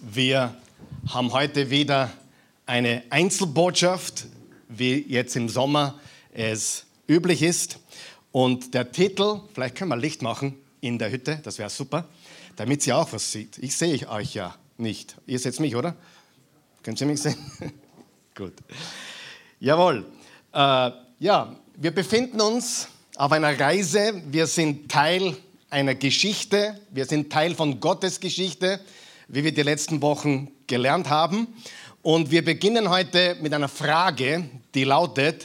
Wir haben heute wieder eine Einzelbotschaft, wie jetzt im Sommer es üblich ist. Und der Titel, vielleicht können wir Licht machen in der Hütte, das wäre super, damit sie auch was sieht. Ich sehe euch ja nicht. Ihr seht mich, oder? Könnt ihr mich sehen? Gut. Jawohl. Wir befinden uns auf einer Reise. Wir sind Teil einer Geschichte. Wir sind Teil von Gottes Geschichte, wie wir die letzten Wochen gelernt haben. Und wir beginnen heute mit einer Frage, die lautet: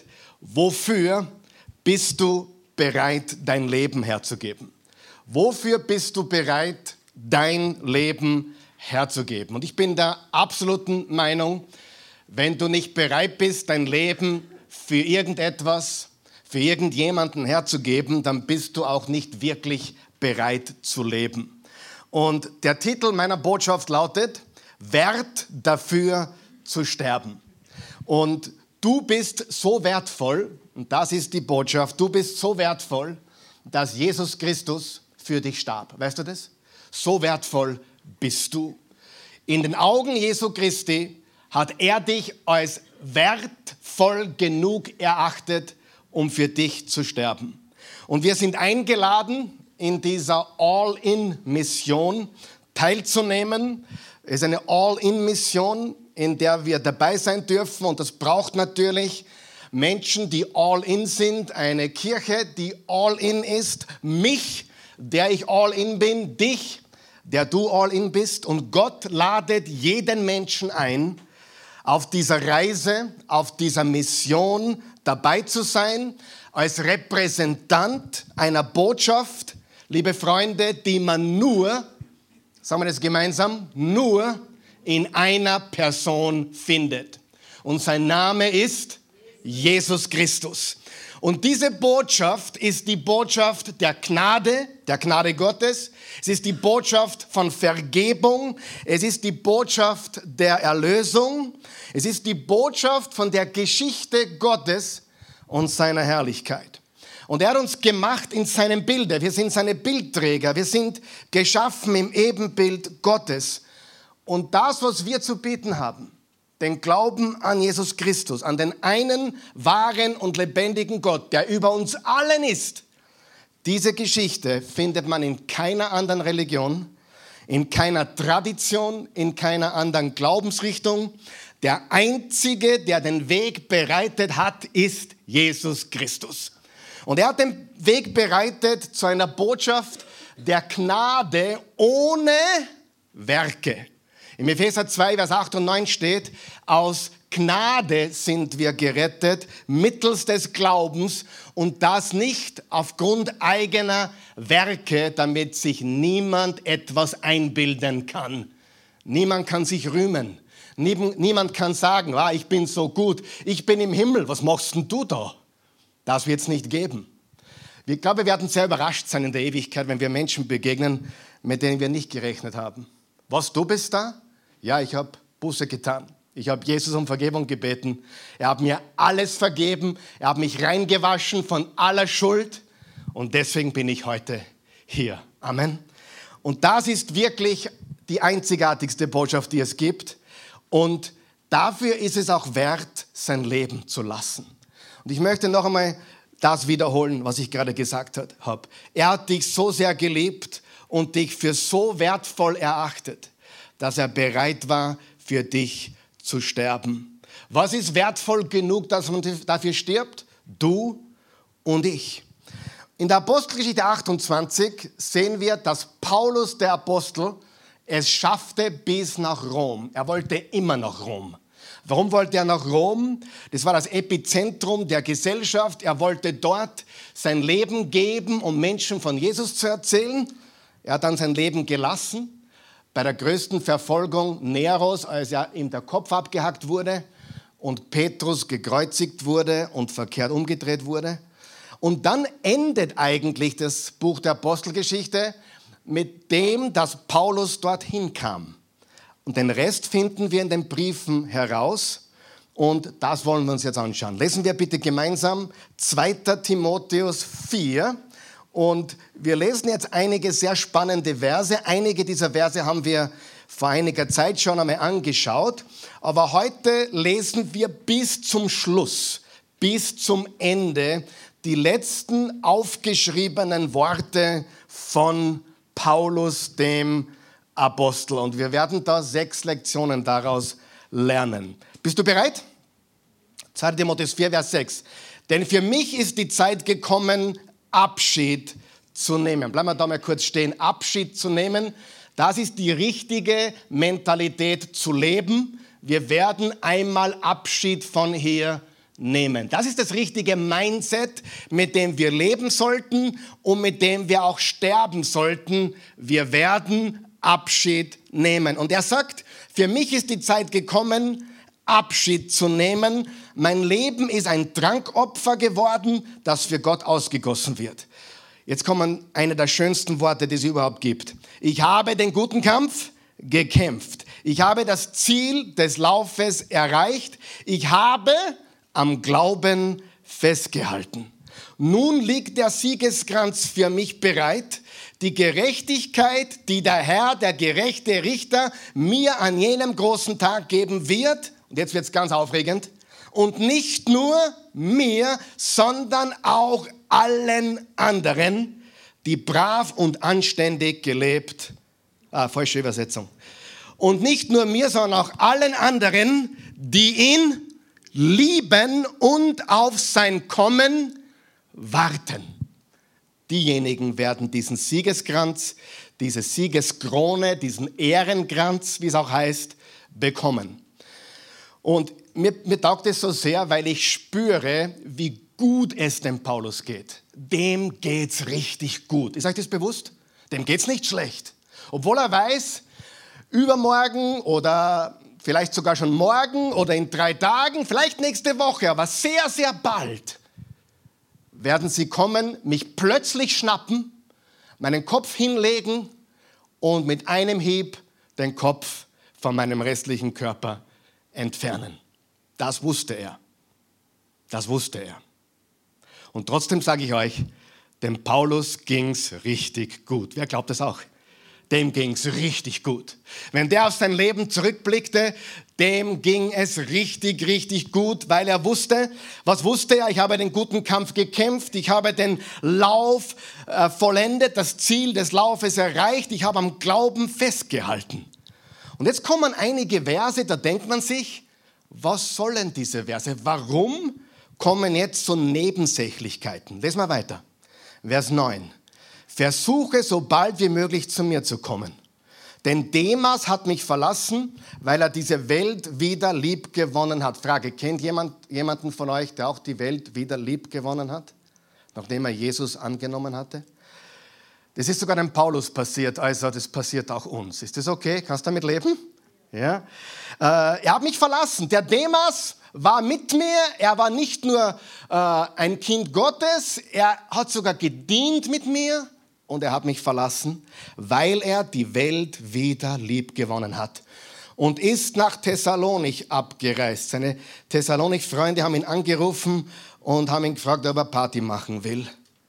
Wofür bist du bereit, dein Leben herzugeben? Wofür bist du bereit, dein Leben herzugeben? Und ich bin der absoluten Meinung, wenn du nicht bereit bist, dein Leben für irgendetwas, für irgendjemanden herzugeben, dann bist du auch nicht wirklich bereit zu leben. Und der Titel meiner Botschaft lautet: Wert dafür zu sterben. Und du bist so wertvoll, und das ist die Botschaft, du bist so wertvoll, dass Jesus Christus für dich starb. Weißt du das? So wertvoll bist du. In den Augen Jesu Christi hat er dich als wertvoll genug erachtet, um für dich zu sterben. Und wir sind eingeladen, in dieser All-in-Mission teilzunehmen. Es ist eine All-in-Mission, in der wir dabei sein dürfen. Und das braucht natürlich Menschen, die All-in sind. Eine Kirche, die All-in ist. Mich, der ich All-in bin. Dich, der du All-in bist. Und Gott ladet jeden Menschen ein, auf dieser Reise, auf dieser Mission dabei zu sein, als Repräsentant einer Botschaft, liebe Freunde, die man nur, sagen wir das gemeinsam, nur in einer Person findet. Und sein Name ist Jesus Christus. Und diese Botschaft ist die Botschaft der Gnade Gottes. Es ist die Botschaft von Vergebung. Es ist die Botschaft der Erlösung. Es ist die Botschaft von der Geschichte Gottes und seiner Herrlichkeit. Und er hat uns gemacht in seinem Bilde. Wir sind seine Bildträger. Wir sind geschaffen im Ebenbild Gottes. Und das, was wir zu bieten haben, den Glauben an Jesus Christus, an den einen wahren und lebendigen Gott, der über uns allen ist, diese Geschichte findet man in keiner anderen Religion, in keiner Tradition, in keiner anderen Glaubensrichtung. Der Einzige, der den Weg bereitet hat, ist Jesus Christus. Und er hat den Weg bereitet zu einer Botschaft der Gnade ohne Werke. Im Epheser 2, Vers 8 und 9 steht: Aus Gnade sind wir gerettet, mittels des Glaubens, und das nicht aufgrund eigener Werke, damit sich niemand etwas einbilden kann. Niemand kann sich rühmen. Niemand kann sagen: ich bin so gut, ich bin im Himmel, was machst denn du da? Das wird es nicht geben. Ich glaube, wir werden sehr überrascht sein in der Ewigkeit, wenn wir Menschen begegnen, mit denen wir nicht gerechnet haben. Was, du bist da? Ja, ich habe Buße getan. Ich habe Jesus um Vergebung gebeten. Er hat mir alles vergeben. Er hat mich reingewaschen von aller Schuld. Und deswegen bin ich heute hier. Amen. Und das ist wirklich die einzigartigste Botschaft, die es gibt. Und dafür ist es auch wert, sein Leben zu lassen. Und ich möchte noch einmal das wiederholen, was ich gerade gesagt habe. Er hat dich so sehr geliebt und dich für so wertvoll erachtet, dass er bereit war, für dich zu sterben. Was ist wertvoll genug, dass man dafür stirbt? Du und ich. In der Apostelgeschichte 28 sehen wir, dass Paulus, der Apostel, es schaffte bis nach Rom. Er wollte immer nach Rom. Warum wollte er nach Rom? Das war das Epizentrum der Gesellschaft. Er wollte dort sein Leben geben, um Menschen von Jesus zu erzählen. Er hat dann sein Leben gelassen bei der größten Verfolgung Neros, als ihm der Kopf abgehackt wurde und Petrus gekreuzigt wurde und verkehrt umgedreht wurde. Und dann endet eigentlich das Buch der Apostelgeschichte mit dem, dass Paulus dorthin kam. Und den Rest finden wir in den Briefen heraus. Und das wollen wir uns jetzt anschauen. Lesen wir bitte gemeinsam 2. Timotheus 4. Und wir lesen jetzt einige sehr spannende Verse. Einige dieser Verse haben wir vor einiger Zeit schon einmal angeschaut. Aber heute lesen wir bis zum Schluss, bis zum Ende, die letzten aufgeschriebenen Worte von Paulus, dem Apostel. Und wir werden da 6 Lektionen daraus lernen. Bist du bereit? 2. Timotheus 4, Vers 6. Denn für mich ist die Zeit gekommen, Abschied zu nehmen. Bleiben wir da mal kurz stehen. Abschied zu nehmen, das ist die richtige Mentalität zu leben. Wir werden einmal Abschied von hier nehmen. Das ist das richtige Mindset, mit dem wir leben sollten und mit dem wir auch sterben sollten. Wir werden Abschied nehmen. Und er sagt, für mich ist die Zeit gekommen, Abschied zu nehmen. Mein Leben ist ein Trankopfer geworden, das für Gott ausgegossen wird. Jetzt kommen eine der schönsten Worte, die es überhaupt gibt. Ich habe den guten Kampf gekämpft. Ich habe das Ziel des Laufes erreicht. Ich habe am Glauben festgehalten. Nun liegt der Siegeskranz für mich bereit. Die Gerechtigkeit, die der Herr, der gerechte Richter, mir an jenem großen Tag geben wird. Und jetzt wird es ganz aufregend. Und nicht nur mir, sondern auch allen anderen, die brav und anständig gelebt. Falsche Übersetzung. Und nicht nur mir, sondern auch allen anderen, die ihn lieben und auf sein Kommen warten. Diejenigen werden diesen Siegeskranz, diese Siegeskrone, diesen Ehrenkranz, wie es auch heißt, bekommen. Und mir taugt es so sehr, weil ich spüre, wie gut es dem Paulus geht. Dem geht's richtig gut. Ist euch das bewusst? Dem geht's nicht schlecht. Obwohl er weiß, übermorgen oder vielleicht sogar schon morgen oder in 3 Tagen, vielleicht nächste Woche, aber sehr, sehr bald werden sie kommen, mich plötzlich schnappen, meinen Kopf hinlegen und mit einem Hieb den Kopf von meinem restlichen Körper entfernen. Das wusste er. Das wusste er. Und trotzdem sage ich euch, dem Paulus ging's richtig gut. Wer glaubt das auch? Dem ging's richtig gut. Wenn der auf sein Leben zurückblickte, dem ging es richtig, richtig gut, weil er wusste, was wusste er? Ich habe den guten Kampf gekämpft, ich habe den Lauf vollendet, das Ziel des Laufes erreicht, ich habe am Glauben festgehalten. Und jetzt kommen einige Verse, da denkt man sich, was sollen diese Verse? Warum kommen jetzt so Nebensächlichkeiten? Lesen wir weiter. Vers 9. Versuche so bald wie möglich zu mir zu kommen. Denn Demas hat mich verlassen, weil er diese Welt wieder lieb gewonnen hat. Frage, kennt jemanden von euch, der auch die Welt wieder lieb gewonnen hat, nachdem er Jesus angenommen hatte? Das ist sogar dem Paulus passiert, also das passiert auch uns. Ist das okay? Kannst du damit leben? Ja. Er hat mich verlassen. Der Demas war mit mir. Er war nicht nur ein Kind Gottes, er hat sogar gedient mit mir. Und er hat mich verlassen, weil er die Welt wieder lieb gewonnen hat. Und ist nach Thessalonich abgereist. Seine Thessalonich-Freunde haben ihn angerufen und haben ihn gefragt, ob er Party machen will.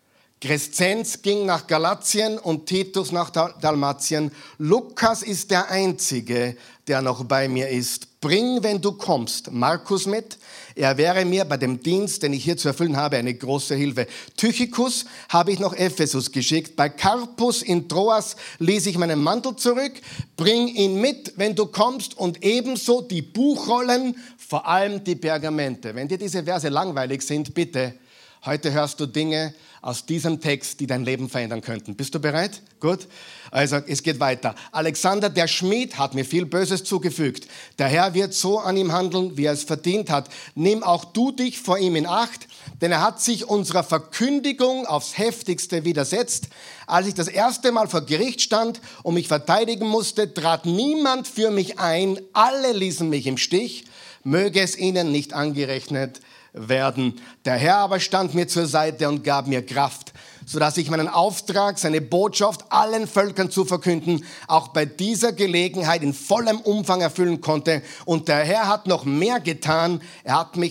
Crescens ging nach Galatien und Titus nach Dalmatien. Lukas ist der Einzige, der noch bei mir ist. Bring, wenn du kommst, Markus mit. Er wäre mir bei dem Dienst, den ich hier zu erfüllen habe, eine große Hilfe. Tychicus habe ich nach Ephesus geschickt. Bei Carpus in Troas ließ ich meinen Mantel zurück. Bring ihn mit, wenn du kommst. Und ebenso die Buchrollen, vor allem die Pergamente. Wenn dir diese Verse langweilig sind, bitte, heute hörst du Dinge aus diesem Text, die dein Leben verändern könnten. Bist du bereit? Gut. Also, es geht weiter. Alexander, der Schmied, hat mir viel Böses zugefügt. Der Herr wird so an ihm handeln, wie er es verdient hat. Nimm auch du dich vor ihm in Acht, denn er hat sich unserer Verkündigung aufs Heftigste widersetzt. Als ich das erste Mal vor Gericht stand und mich verteidigen musste, trat niemand für mich ein. Alle ließen mich im Stich. Möge es ihnen nicht angerechnet werden. Der Herr aber stand mir zur Seite und gab mir Kraft, sodass ich meinen Auftrag, seine Botschaft allen Völkern zu verkünden, auch bei dieser Gelegenheit in vollem Umfang erfüllen konnte. Und der Herr hat noch mehr getan. Er hat mich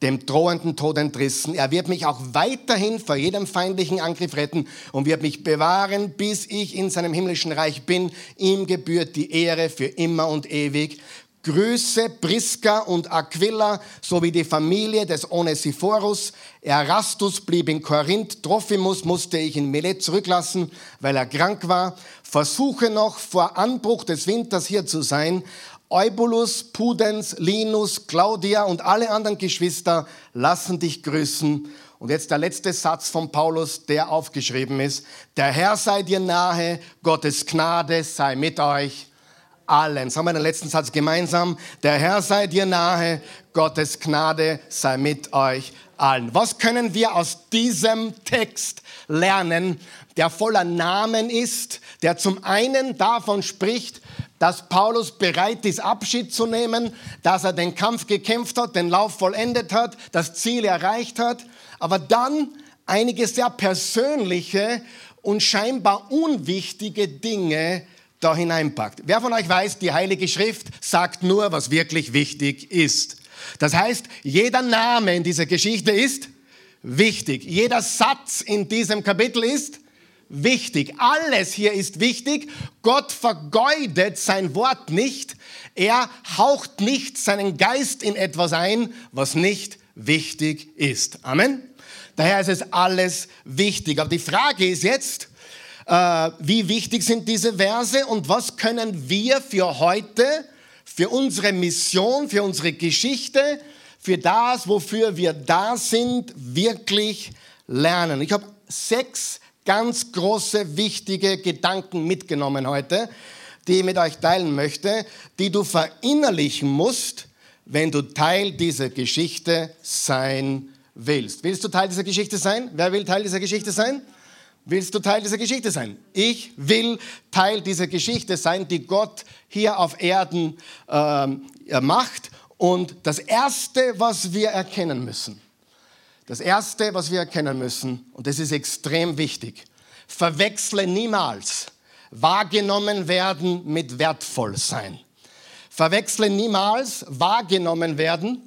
dem drohenden Tod entrissen. Er wird mich auch weiterhin vor jedem feindlichen Angriff retten und wird mich bewahren, bis ich in seinem himmlischen Reich bin. Ihm gebührt die Ehre für immer und ewig. Grüße Priska und Aquila sowie die Familie des Onesiphorus. Erastus blieb in Korinth, Trophimus musste ich in Milet zurücklassen, weil er krank war. Versuche noch vor Anbruch des Winters hier zu sein. Eubulus, Pudens, Linus, Claudia und alle anderen Geschwister lassen dich grüßen. Und jetzt der letzte Satz von Paulus, der aufgeschrieben ist. Der Herr sei dir nahe, Gottes Gnade sei mit euch allen. Sagen wir den letzten Satz gemeinsam. Der Herr sei dir nahe, Gottes Gnade sei mit euch allen. Was können wir aus diesem Text lernen, der voller Namen ist, der zum einen davon spricht, dass Paulus bereit ist, Abschied zu nehmen, dass er den Kampf gekämpft hat, den Lauf vollendet hat, das Ziel erreicht hat, aber dann einige sehr persönliche und scheinbar unwichtige Dinge da hineinpackt. Wer von euch weiß, die Heilige Schrift sagt nur, was wirklich wichtig ist. Das heißt, jeder Name in dieser Geschichte ist wichtig. Jeder Satz in diesem Kapitel ist wichtig. Alles hier ist wichtig. Gott vergeudet sein Wort nicht. Er haucht nicht seinen Geist in etwas ein, was nicht wichtig ist. Amen. Daher ist es alles wichtig. Aber die Frage ist jetzt, wie wichtig sind diese Verse und was können wir für heute, für unsere Mission, für unsere Geschichte, für das, wofür wir da sind, wirklich lernen. Ich habe 6 ganz große, wichtige Gedanken mitgenommen heute, die ich mit euch teilen möchte, die du verinnerlichen musst, wenn du Teil dieser Geschichte sein willst. Willst du Teil dieser Geschichte sein? Wer will Teil dieser Geschichte sein? Willst du Teil dieser Geschichte sein? Ich will Teil dieser Geschichte sein, die Gott hier auf Erden macht. Und das Erste, was wir erkennen müssen, und das ist extrem wichtig, verwechsle niemals wahrgenommen werden mit wertvoll sein. Verwechsle niemals wahrgenommen werden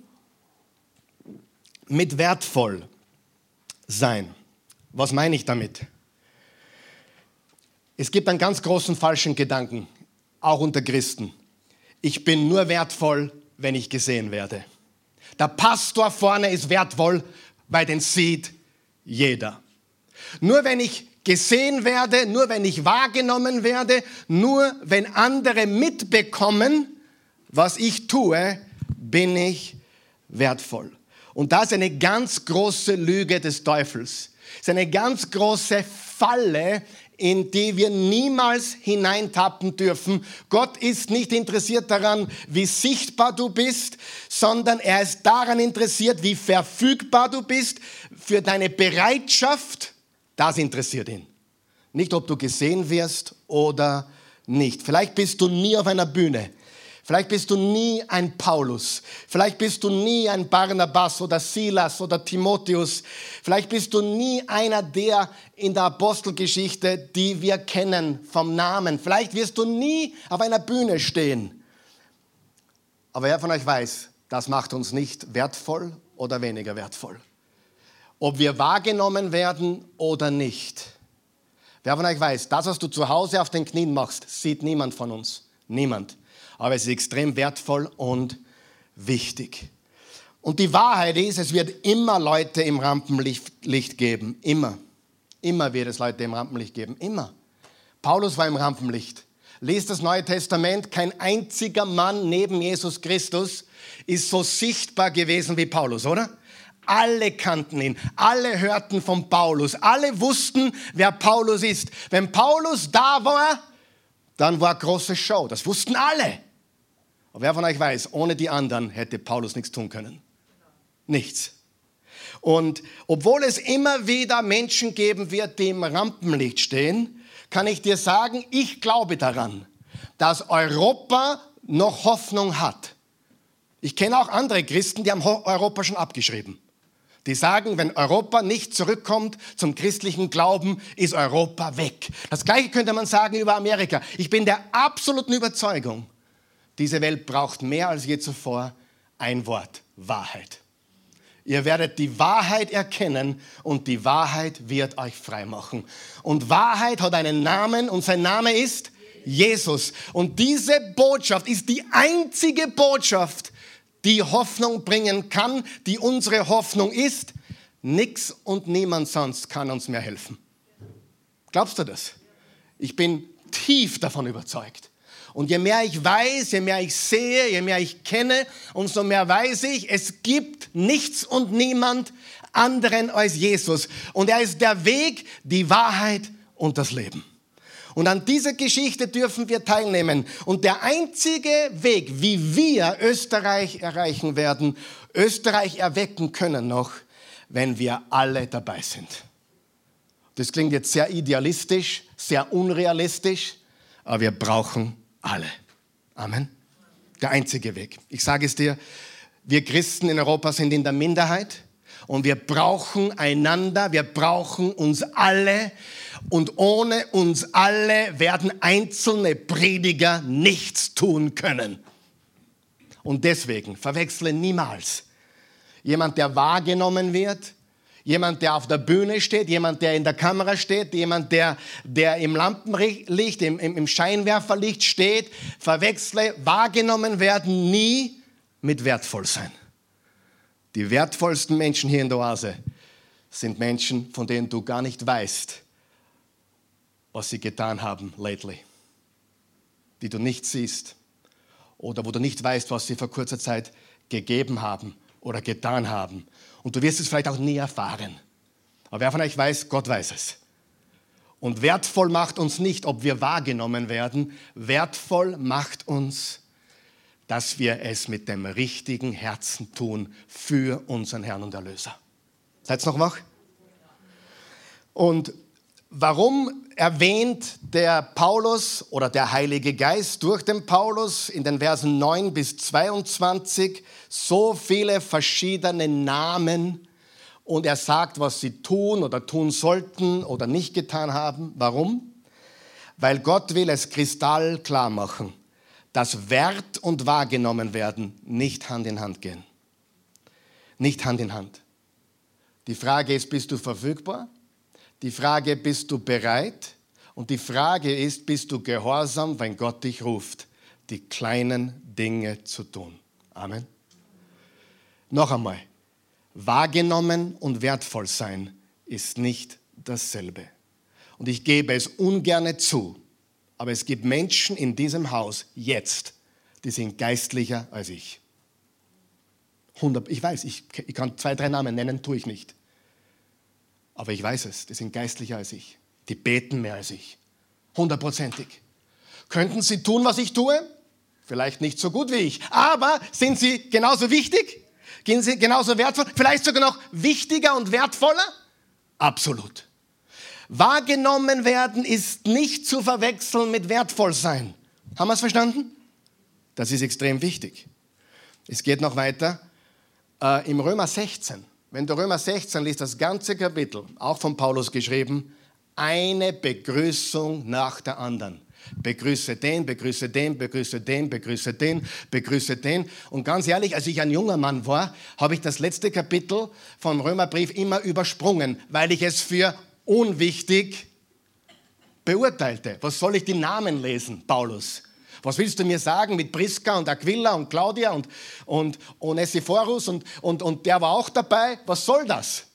mit wertvoll sein. Was meine ich damit? Es gibt einen ganz großen falschen Gedanken, auch unter Christen. Ich bin nur wertvoll, wenn ich gesehen werde. Der Pastor vorne ist wertvoll, weil den sieht jeder. Nur wenn ich gesehen werde, nur wenn ich wahrgenommen werde, nur wenn andere mitbekommen, was ich tue, bin ich wertvoll. Und das ist eine ganz große Lüge des Teufels. Das ist eine ganz große Falle, in die wir niemals hineintappen dürfen. Gott ist nicht interessiert daran, wie sichtbar du bist, sondern er ist daran interessiert, wie verfügbar du bist für deine Bereitschaft. Das interessiert ihn. Nicht, ob du gesehen wirst oder nicht. Vielleicht bist du nie auf einer Bühne. Vielleicht bist du nie ein Paulus. Vielleicht bist du nie ein Barnabas oder Silas oder Timotheus. Vielleicht bist du nie einer der in der Apostelgeschichte, die wir kennen vom Namen. Vielleicht wirst du nie auf einer Bühne stehen. Aber wer von euch weiß, das macht uns nicht wertvoll oder weniger wertvoll. Ob wir wahrgenommen werden oder nicht. Wer von euch weiß, das, was du zu Hause auf den Knien machst, sieht niemand von uns. Niemand. Aber es ist extrem wertvoll und wichtig. Und die Wahrheit ist, es wird immer Leute im Rampenlicht geben. Immer. Immer wird es Leute im Rampenlicht geben. Immer. Paulus war im Rampenlicht. Lest das Neue Testament. Kein einziger Mann neben Jesus Christus ist so sichtbar gewesen wie Paulus, oder? Alle kannten ihn. Alle hörten von Paulus. Alle wussten, wer Paulus ist. Wenn Paulus da war, dann war große Show. Das wussten alle. Aber wer von euch weiß, ohne die anderen hätte Paulus nichts tun können. Nichts. Und obwohl es immer wieder Menschen geben wird, die im Rampenlicht stehen, kann ich dir sagen, ich glaube daran, dass Europa noch Hoffnung hat. Ich kenne auch andere Christen, die haben Europa schon abgeschrieben. Die sagen, wenn Europa nicht zurückkommt zum christlichen Glauben, ist Europa weg. Das Gleiche könnte man sagen über Amerika. Ich bin der absoluten Überzeugung, diese Welt braucht mehr als je zuvor ein Wort: Wahrheit. Ihr werdet die Wahrheit erkennen und die Wahrheit wird euch frei machen. Und Wahrheit hat einen Namen und sein Name ist Jesus. Und diese Botschaft ist die einzige Botschaft, die Hoffnung bringen kann, die unsere Hoffnung ist. Nix und niemand sonst kann uns mehr helfen. Glaubst du das? Ich bin tief davon überzeugt. Und je mehr ich weiß, je mehr ich sehe, je mehr ich kenne, umso mehr weiß ich, es gibt nichts und niemand anderen als Jesus. Und er ist der Weg, die Wahrheit und das Leben. Und an dieser Geschichte dürfen wir teilnehmen. Und der einzige Weg, wie wir Österreich erreichen werden, Österreich erwecken können noch, wenn wir alle dabei sind. Das klingt jetzt sehr idealistisch, sehr unrealistisch, aber wir brauchen alle. Amen. Der einzige Weg. Ich sage es dir, wir Christen in Europa sind in der Minderheit und wir brauchen einander, wir brauchen uns alle und ohne uns alle werden einzelne Prediger nichts tun können. Und deswegen verwechsle niemals jemand, der wahrgenommen wird, jemand, der auf der Bühne steht, jemand, der in der Kamera steht, jemand, der im Lampenlicht, im Scheinwerferlicht steht, verwechsle, wahrgenommen werden nie mit wertvoll sein. Die wertvollsten Menschen hier in der Oase sind Menschen, von denen du gar nicht weißt, was sie getan haben lately. Die du nicht siehst oder wo du nicht weißt, was sie vor kurzer Zeit gegeben haben oder getan haben. Und du wirst es vielleicht auch nie erfahren. Aber wer von euch weiß, Gott weiß es. Und wertvoll macht uns nicht, ob wir wahrgenommen werden. Wertvoll macht uns, dass wir es mit dem richtigen Herzen tun für unseren Herrn und Erlöser. Seid ihr noch wach? Und warum erwähnt der Paulus oder der Heilige Geist durch den Paulus in den Versen 9 bis 22 so viele verschiedene Namen und er sagt, was sie tun oder tun sollten oder nicht getan haben? Warum? Weil Gott will es kristallklar machen, dass Wert und wahrgenommen werden nicht Hand in Hand gehen. Nicht Hand in Hand. Die Frage ist, bist du verfügbar? Die Frage, bist du bereit? Und die Frage ist, bist du gehorsam, wenn Gott dich ruft, die kleinen Dinge zu tun? Amen. Noch einmal, wahrgenommen und wertvoll sein ist nicht dasselbe. Und ich gebe es ungerne zu, aber es gibt Menschen in diesem Haus jetzt, die sind geistlicher als ich. 100, ich weiß, ich kann 2, 3 Namen nennen, tue ich nicht. Aber ich weiß es, die sind geistlicher als ich. Die beten mehr als ich. 100%ig. Könnten sie tun, was ich tue? Vielleicht nicht so gut wie ich. Aber sind sie genauso wichtig? Sind sie genauso wertvoll? Vielleicht sogar noch wichtiger und wertvoller? Absolut. Wahrgenommen werden ist nicht zu verwechseln mit wertvoll sein. Haben wir es verstanden? Das ist extrem wichtig. Es geht noch weiter. Im Römer 16. Wenn du Römer 16 liest, das ganze Kapitel, auch von Paulus geschrieben, eine Begrüßung nach der anderen. Begrüße den, begrüße den, begrüße den, begrüße den, begrüße den. Und ganz ehrlich, als ich ein junger Mann war, habe ich das letzte Kapitel vom Römerbrief immer übersprungen, weil ich es für unwichtig beurteilte. Was soll ich die Namen lesen, Paulus? Was willst du mir sagen mit Priska und Aquila und Claudia und Onesiphorus und der war auch dabei? Was soll das?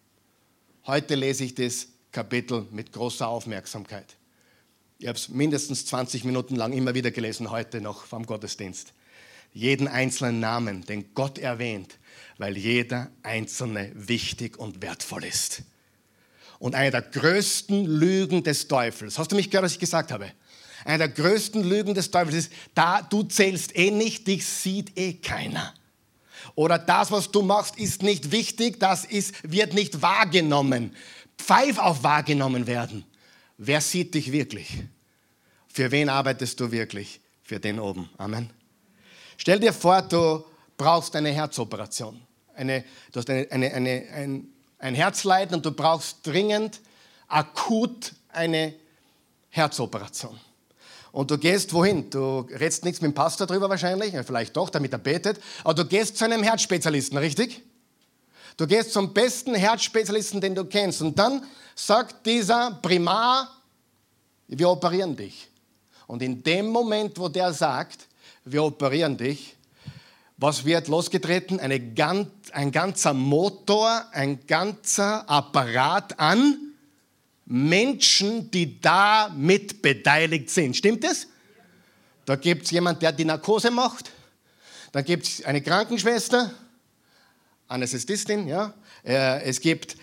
Heute lese ich das Kapitel mit großer Aufmerksamkeit. Ich habe es mindestens 20 Minuten lang immer wieder gelesen, heute noch vom Gottesdienst. Jeden einzelnen Namen, den Gott erwähnt, weil jeder einzelne wichtig und wertvoll ist. Und eine der größten Lügen des Teufels, hast du mich gehört, was ich gesagt habe? Eine der größten Lügen des Teufels ist, du zählst eh nicht, dich sieht eh keiner. Oder das, was du machst, ist nicht wichtig, wird nicht wahrgenommen. Pfeif auf wahrgenommen werden. Wer sieht dich wirklich? Für wen arbeitest du wirklich? Für den oben. Amen. Stell dir vor, du brauchst eine Herzoperation. Du hast ein Herzleiden und du brauchst dringend, akut eine Herzoperation. Und du gehst wohin? Du redest nichts mit dem Pastor drüber wahrscheinlich, vielleicht doch, damit er betet, aber du gehst zu einem Herzspezialisten, richtig? Du gehst zum besten Herzspezialisten, den du kennst. Und dann sagt dieser Primar, wir operieren dich. Und in dem Moment, wo der sagt, wir operieren dich, was wird losgetreten? Ein ganzer Motor, ein ganzer Apparat an Menschen, die da mit beteiligt sind. Stimmt das? Da gibt es jemanden, der die Narkose macht. Da gibt es eine Krankenschwester, Anästhesistin, ja. Es gibt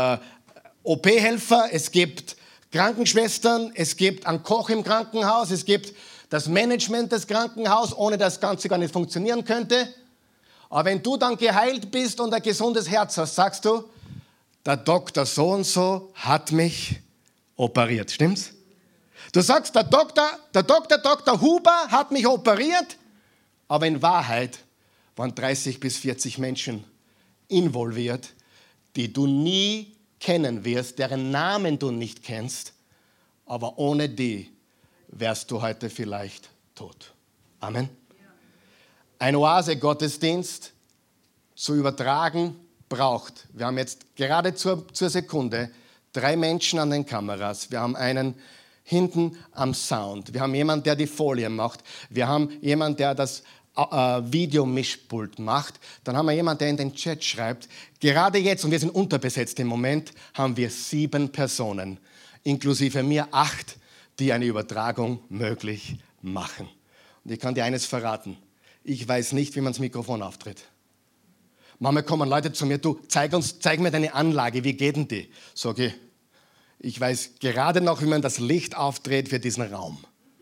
OP-Helfer, es gibt Krankenschwestern, es gibt einen Koch im Krankenhaus, es gibt das Management des Krankenhauses, ohne das Ganze gar nicht funktionieren könnte. Aber wenn du dann geheilt bist und ein gesundes Herz hast, sagst du, der Doktor so und so hat mich operiert. Stimmt's? Du sagst, der Dr. Huber hat mich operiert, aber in Wahrheit waren 30 bis 40 Menschen involviert, die du nie kennen wirst, deren Namen du nicht kennst, aber ohne die wärst du heute vielleicht tot. Amen. Ein Oase-Gottesdienst zu übertragen braucht. Wir haben jetzt gerade zur Sekunde 3 Menschen an den Kameras. Wir haben einen hinten am Sound. Wir haben jemanden, der die Folien macht. Wir haben jemanden, der das Videomischpult macht. Dann haben wir jemanden, der in den Chat schreibt. Gerade jetzt, und wir sind unterbesetzt im Moment, haben wir 7 Personen, inklusive mir 8, die eine Übertragung möglich machen. Und ich kann dir eines verraten. Ich weiß nicht, wie man das Mikrofon auftritt. Manchmal kommen Leute zu mir, du, zeig mir deine Anlage, wie geht denn die? Sag ich weiß gerade noch, wie man das Licht aufdreht für diesen Raum.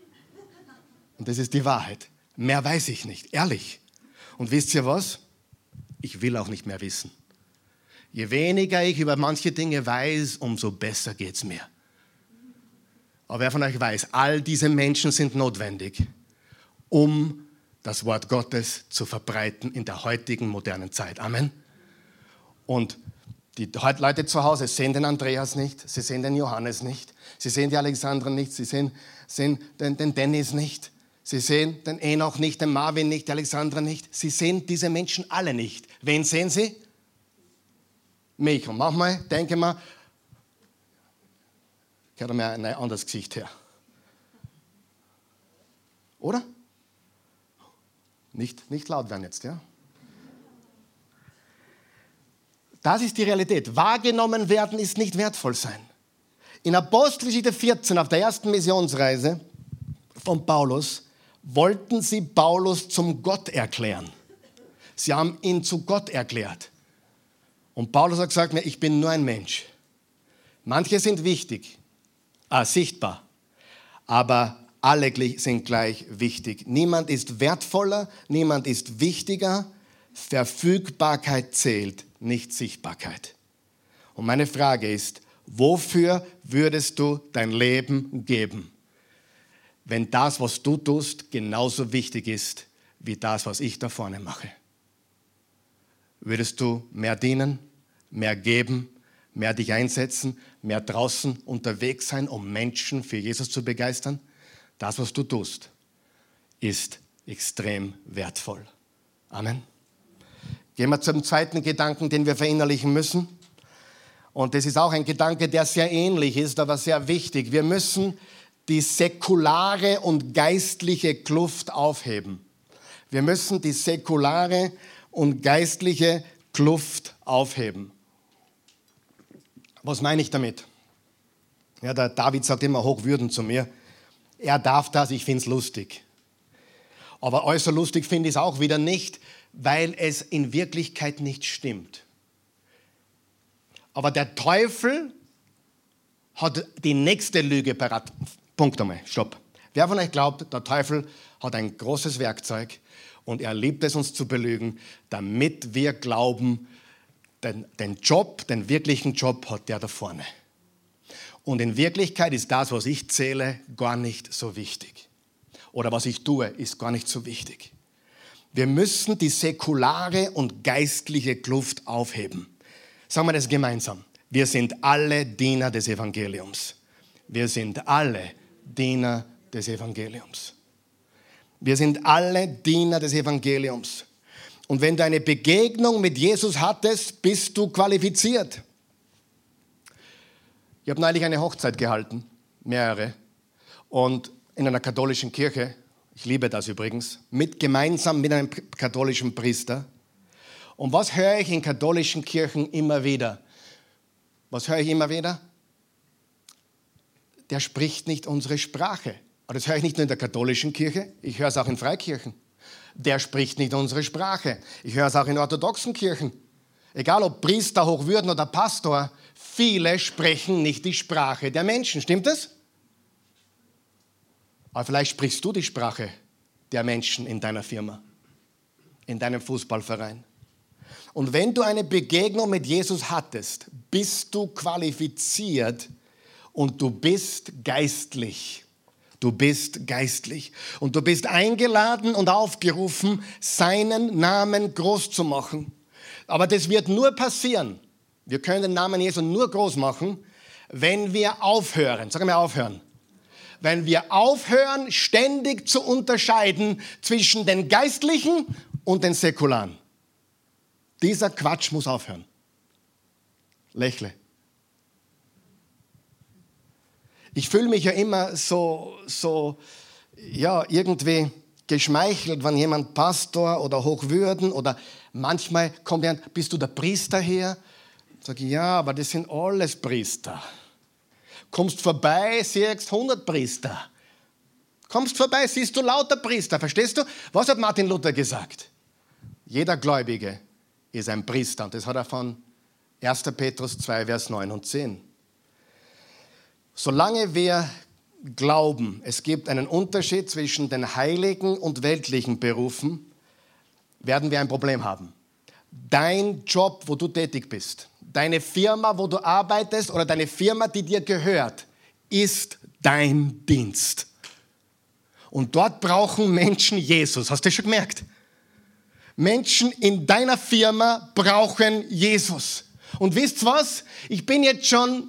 Und das ist die Wahrheit. Mehr weiß ich nicht, ehrlich. Und wisst ihr was? Ich will auch nicht mehr wissen. Je weniger ich über manche Dinge weiß, umso besser geht es mir. Aber wer von euch weiß, all diese Menschen sind notwendig, um das Wort Gottes zu verbreiten in der heutigen modernen Zeit. Amen. Und die Leute zu Hause sehen den Andreas nicht, sie sehen den Johannes nicht, sie sehen die Alexandra nicht, sie sehen den Dennis nicht, sie sehen den Enoch nicht, den Marvin nicht, die Alexandra nicht. Sie sehen diese Menschen alle nicht. Wen sehen sie? Mich. Und manchmal denke ich mir, ich hätte mir ein anderes Gesicht her. Oder? Nicht laut werden jetzt, ja? Das ist die Realität. Wahrgenommen werden ist nicht wertvoll sein. In Apostelgeschichte 14, auf der ersten Missionsreise von Paulus, wollten sie Paulus zum Gott erklären. Sie haben ihn zu Gott erklärt. Und Paulus hat gesagt, ich bin nur ein Mensch. Manche sind wichtig, sichtbar, aber alle sind gleich wichtig. Niemand ist wertvoller, niemand ist wichtiger. Verfügbarkeit zählt, nicht Sichtbarkeit. Und meine Frage ist, wofür würdest du dein Leben geben, wenn das, was du tust, genauso wichtig ist, wie das, was ich da vorne mache? Würdest du mehr dienen, mehr geben, mehr dich einsetzen, mehr draußen unterwegs sein, um Menschen für Jesus zu begeistern? Das, was du tust, ist extrem wertvoll. Amen. Gehen wir zum zweiten Gedanken, den wir verinnerlichen müssen. Und das ist auch ein Gedanke, der sehr ähnlich ist, aber sehr wichtig. Wir müssen die säkulare und geistliche Kluft aufheben. Wir müssen die säkulare und geistliche Kluft aufheben. Was meine ich damit? Ja, der David sagt immer Hochwürden zu mir. Er darf das, ich finde es lustig. Aber äußerst lustig finde ich es auch wieder nicht, weil es in Wirklichkeit nicht stimmt. Aber der Teufel hat die nächste Lüge parat. Punkt einmal, stopp. Wer von euch glaubt, der Teufel hat ein großes Werkzeug und er liebt es, uns zu belügen, damit wir glauben, den wirklichen Job hat der da vorne. Und in Wirklichkeit ist das, was ich zähle, gar nicht so wichtig. Oder was ich tue, ist gar nicht so wichtig. Wir müssen die säkulare und geistliche Kluft aufheben. Sagen wir das gemeinsam. Wir sind alle Diener des Evangeliums. Wir sind alle Diener des Evangeliums. Wir sind alle Diener des Evangeliums. Und wenn du eine Begegnung mit Jesus hattest, bist du qualifiziert. Ich habe neulich eine Hochzeit gehalten, mehrere, und in einer katholischen Kirche, ich liebe das übrigens, gemeinsam mit einem katholischen Priester. Und was höre ich in katholischen Kirchen immer wieder? Was höre ich immer wieder? Der spricht nicht unsere Sprache. Aber das höre ich nicht nur in der katholischen Kirche, ich höre es auch in Freikirchen. Der spricht nicht unsere Sprache. Ich höre es auch in orthodoxen Kirchen. Egal ob Priester, Hochwürden oder Pastor, viele sprechen nicht die Sprache der Menschen. Stimmt das? Aber vielleicht sprichst du die Sprache der Menschen in deiner Firma, in deinem Fußballverein. Und wenn du eine Begegnung mit Jesus hattest, bist du qualifiziert und du bist geistlich. Du bist geistlich und du bist eingeladen und aufgerufen, seinen Namen groß zu machen. Aber das wird nur passieren. Wir können den Namen Jesu nur groß machen, wenn wir aufhören. Sag mal aufhören. Wenn wir aufhören, ständig zu unterscheiden zwischen den Geistlichen und den Säkularen. Dieser Quatsch muss aufhören. Lächle. Ich fühle mich ja immer irgendwie geschmeichelt, wenn jemand Pastor oder Hochwürden oder manchmal kommt jemand, bist du der Priester her? Sage ich, ja, aber das sind alles Priester. Kommst vorbei, siehst 100 Priester. Kommst vorbei, siehst du lauter Priester. Verstehst du? Was hat Martin Luther gesagt? Jeder Gläubige ist ein Priester. Und das hat er von 1. Petrus 2, Vers 9 und 10. Solange wir glauben, es gibt einen Unterschied zwischen den heiligen und weltlichen Berufen, werden wir ein Problem haben. Dein Job, wo du tätig bist, deine Firma, wo du arbeitest oder deine Firma, die dir gehört, ist dein Dienst. Und dort brauchen Menschen Jesus. Hast du das schon gemerkt? Menschen in deiner Firma brauchen Jesus. Und wisst ihr was? Ich bin jetzt schon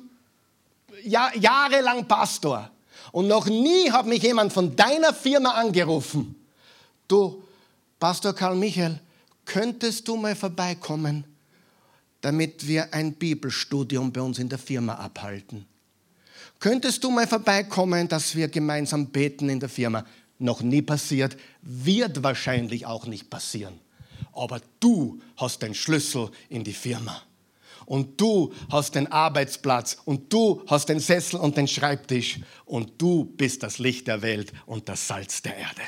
jahrelang Pastor und noch nie hat mich jemand von deiner Firma angerufen. Du, Pastor Karl Michael, könntest du mal vorbeikommen, damit wir ein Bibelstudium bei uns in der Firma abhalten? Könntest du mal vorbeikommen, dass wir gemeinsam beten in der Firma? Noch nie passiert, wird wahrscheinlich auch nicht passieren. Aber du hast den Schlüssel in die Firma. Und du hast den Arbeitsplatz und du hast den Sessel und den Schreibtisch und du bist das Licht der Welt und das Salz der Erde.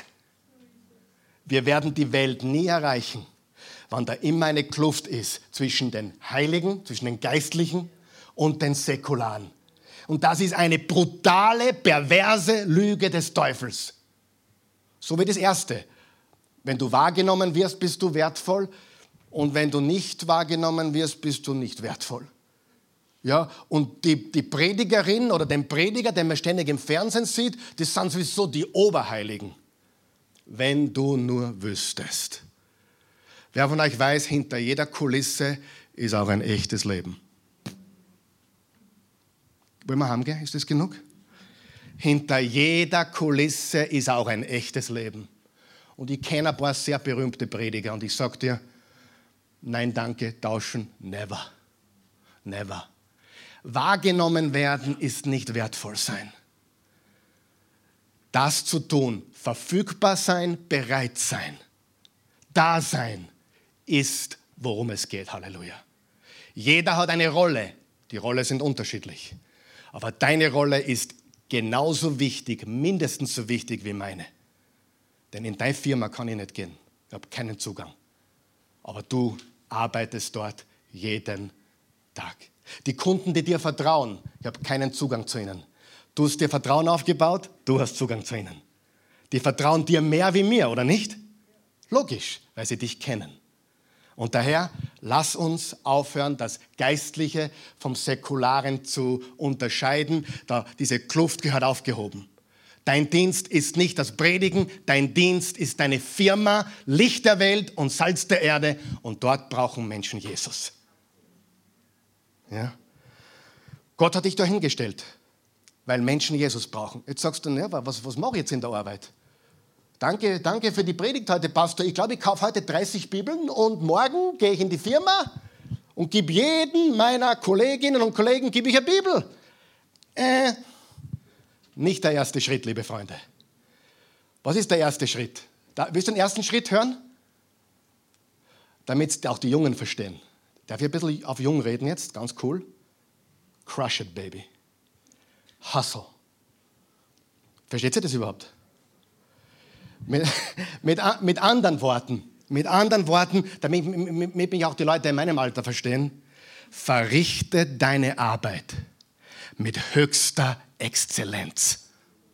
Wir werden die Welt nie erreichen, wenn da immer eine Kluft ist zwischen den Heiligen, zwischen den Geistlichen und den Säkularen. Und das ist eine brutale, perverse Lüge des Teufels. So wie das Erste. Wenn du wahrgenommen wirst, bist du wertvoll. Und wenn du nicht wahrgenommen wirst, bist du nicht wertvoll. Ja, und die Predigerin oder den Prediger, den man ständig im Fernsehen sieht, das sind sowieso die Oberheiligen. Wenn du nur wüsstest. Wer von euch weiß, hinter jeder Kulisse ist auch ein echtes Leben. Wollen wir heimgehen? Ist das genug? Hinter jeder Kulisse ist auch ein echtes Leben. Und ich kenne ein paar sehr berühmte Prediger und ich sage dir, nein, danke, tauschen, never. Never. Wahrgenommen werden ist nicht wertvoll sein. Das zu tun, verfügbar sein, bereit sein, da sein, ist, worum es geht. Halleluja. Jeder hat eine Rolle. Die Rollen sind unterschiedlich. Aber deine Rolle ist genauso wichtig, mindestens so wichtig wie meine. Denn in deine Firma kann ich nicht gehen. Ich habe keinen Zugang. Aber du arbeitest dort jeden Tag. Die Kunden, die dir vertrauen, ich habe keinen Zugang zu ihnen. Du hast dir Vertrauen aufgebaut, du hast Zugang zu ihnen. Die vertrauen dir mehr wie mir, oder nicht? Logisch, weil sie dich kennen. Und daher, lass uns aufhören, das Geistliche vom Säkularen zu unterscheiden. Diese Kluft gehört aufgehoben. Dein Dienst ist nicht das Predigen, dein Dienst ist deine Firma, Licht der Welt und Salz der Erde. Und dort brauchen Menschen Jesus. Ja? Gott hat dich da hingestellt, weil Menschen Jesus brauchen. Jetzt sagst du, ja, was mache ich jetzt in der Arbeit? Danke für die Predigt heute, Pastor. Ich glaube, ich kaufe heute 30 Bibeln und morgen gehe ich in die Firma und gebe jedem meiner Kolleginnen und Kollegen gebe ich eine Bibel. Nicht der erste Schritt, liebe Freunde. Was ist der erste Schritt? Willst du den ersten Schritt hören? Damit auch die Jungen verstehen. Darf ich ein bisschen auf Jung reden jetzt? Ganz cool. Crush it, baby. Hustle. Versteht ihr das überhaupt? Mit anderen Worten, damit mich auch die Leute in meinem Alter verstehen, verrichte deine Arbeit mit höchster Exzellenz.